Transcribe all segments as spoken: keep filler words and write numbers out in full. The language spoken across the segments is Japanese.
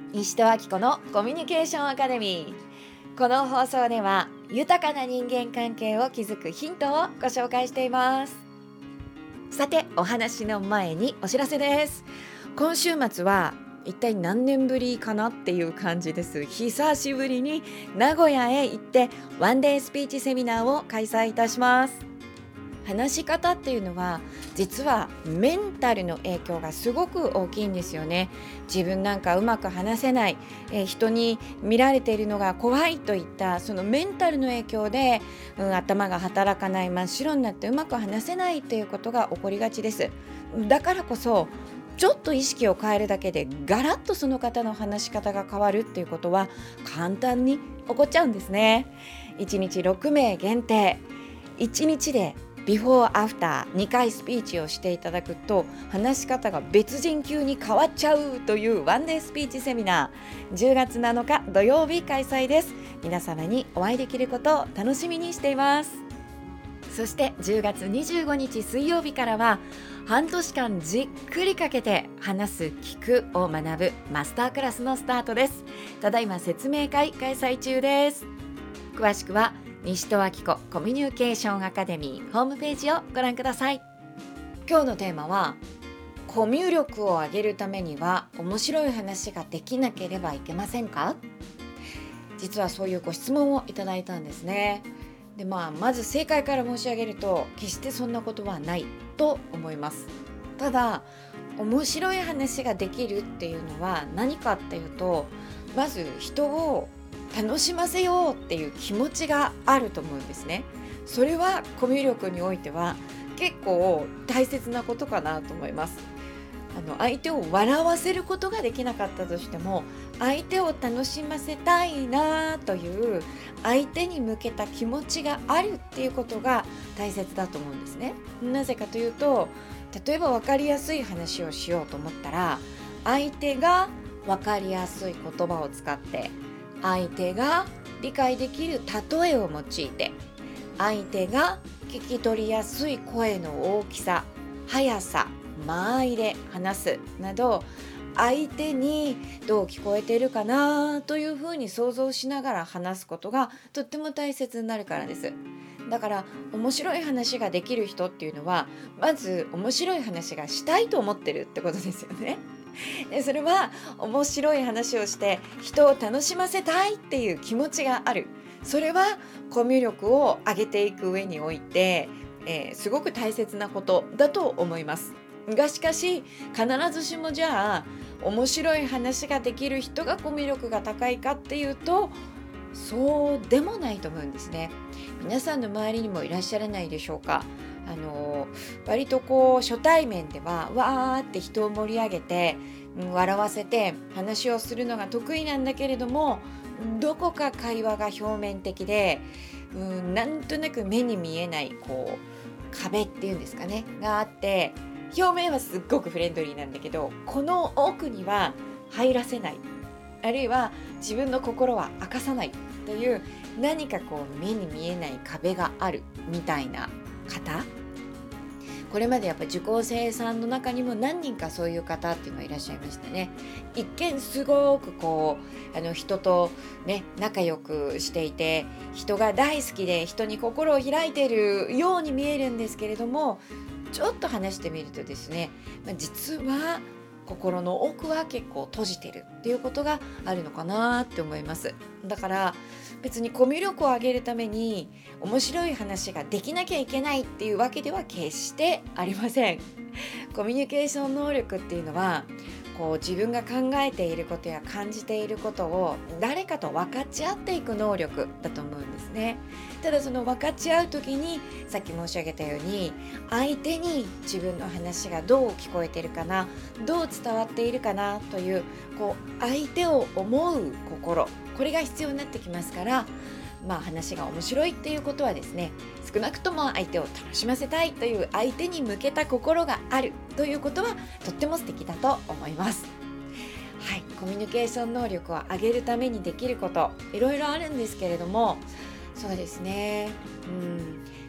西戸明子のコミュニケーションアカデミー。この放送では豊かな人間関係を築くヒントをご紹介しています。さて、お話の前にお知らせです。今週末は一体何年ぶりかなっていう感じです。久しぶりに名古屋へ行ってワンデースピーチセミナーを開催いたします。話し方っていうのは実はメンタルの影響がすごく大きいんですよね。自分なんかうまく話せない、えー人に見られているのが怖いといったそのメンタルの影響で、うん、頭が働かない、真っ白になってうまく話せないということが起こりがちです。だからこそちょっと意識を変えるだけでガラッとその方の話し方が変わるっていうことは簡単に起こっちゃうんですね。いちにちろくめい限定、いちにちでビフォーアフターにかいスピーチをしていただくと話し方が別人級に変わっちゃうというワンデースピーチセミナー、じゅうがつなのか土曜日開催です。皆様にお会いできることを楽しみにしています。そしてじゅうがつにじゅうごにち水曜日からは半年間じっくりかけて話す聞くを学ぶマスタークラスのスタートです。ただいま説明会開催中です。詳しくは西戸明子コミュニケーションアカデミーホームページをご覧ください。今日のテーマは、コミュ力を上げるためには面白い話ができなければいけませんか？実はそういうご質問をいただいたんですね。で、まあ、まず正解から申し上げると、決してそんなことはないと思います。ただ、面白い話ができるっていうのは何かっていうと、まず人を楽しませようっていう気持ちがあると思うんですね。それはコミュ力においては結構大切なことかなと思います。あの相手を笑わせることができなかったとしても、相手を楽しませたいなという相手に向けた気持ちがあるっていうことが大切だと思うんですね。なぜかというと、例えば分かりやすい話をしようと思ったら、相手が分かりやすい言葉を使って、相手が理解できる例えを用いて、相手が聞き取りやすい声の大きさ、速さ、間合いで話すなど、相手にどう聞こえているかなというふうに想像しながら話すことがとっても大切になるからです。だから面白い話ができる人っていうのは、まず面白い話がしたいと思ってるってことですよね。でそれは面白い話をして人を楽しませたいっていう気持ちがある。それはコミュ力を上げていく上において、えーすごく大切なことだと思います。がしかし必ずしもじゃあ面白い話ができる人がコミュ力が高いかっていうと、そうでもないと思うんですね。皆さんの周りにもいらっしゃらないでしょうか。あの割とこう初対面ではわーって人を盛り上げて、うん、笑わせて話をするのが得意なんだけれども、どこか会話が表面的で、うん、なんとなく目に見えないこう壁っていうんですかねがあって、表面はすっごくフレンドリーなんだけど、この奥には入らせない、あるいは自分の心は明かさないという、何かこう目に見えない壁があるみたいな方、これまでやっぱ受講生さんの中にも何人かそういう方っていうのがいらっしゃいましたね。一見すごくこうあの人とね仲良くしていて、人が大好きで人に心を開いているように見えるんですけれども、ちょっと話してみるとですね、まあ、実は心の奥は結構閉じてるっていうことがあるのかなって思います。だから別にコミュ力を上げるために面白い話ができなきゃいけないっていうわけでは決してありません。コミュニケーション能力っていうのは、こう自分が考えていることや感じていることを誰かと分かち合っていく能力だと思うんですね。ただその分かち合う時に、さっき申し上げたように、相手に自分の話がどう聞こえているかな、どう伝わっているかなという、こう相手を思う心、これが必要になってきますから、まあ話が面白いっていうことはですね、少なくとも相手を楽しませたいという相手に向けた心があるということはとっても素敵だと思います。はい、コミュニケーション能力を上げるためにできること、いろいろあるんですけれども、そうですね、うん、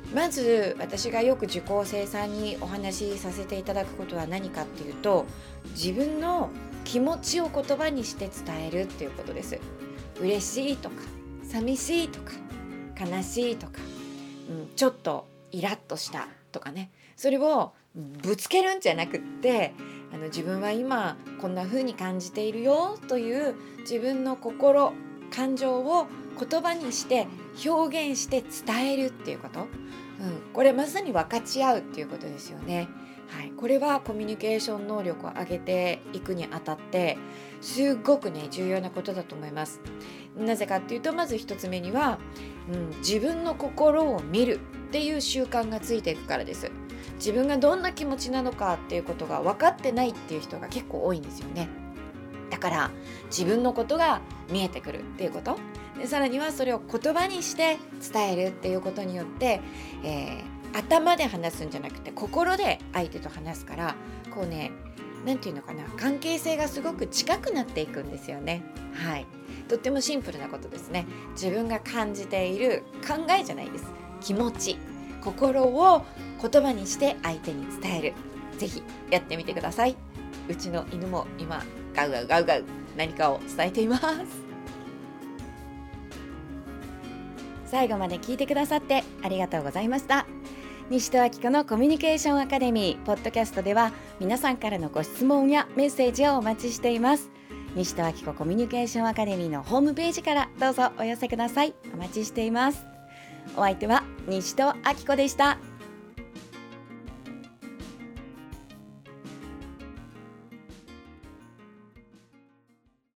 まず私がよく受講生さんにお話しさせていただくことは何かっていうと、自分の気持ちを言葉にして伝えるっていうことです。嬉しいとか寂しいとか悲しいとか、うん、ちょっとイラッとしたとかね、それをぶつけるんじゃなくって、あの自分は今こんな風に感じているよという自分の心感情を言葉にして表現して伝えるっていうこと、うん、これまさに分かち合うっていうことですよね。はい、これはコミュニケーション能力を上げていくにあたってすごくね重要なことだと思います。なぜかっていうと、まず一つ目には、うん、自分の心を見るっていう習慣がついていくからです。自分がどんな気持ちなのかっていうことが分かってないっていう人が結構多いんですよね。だから自分のことが見えてくるっていうことで、さらにはそれを言葉にして伝えるっていうことによって、えー、頭で話すんじゃなくて心で相手と話すから、こうね、なんていうのかな、関係性がすごく近くなっていくんですよね。はい、とってもシンプルなことですね。自分が感じている考えじゃないです、気持ち、心を言葉にして相手に伝える。ぜひやってみてください。うちの犬も今ガウガウガウガウ何かを伝えています。最後まで聞いてくださってありがとうございました。西戸明子のコミュニケーションアカデミーポッドキャストでは皆さんからのご質問やメッセージをお待ちしています。西戸明子コミュニケーションアカデミーのホームページからどうぞお寄せください。お待ちしています。お相手は西戸明子でした。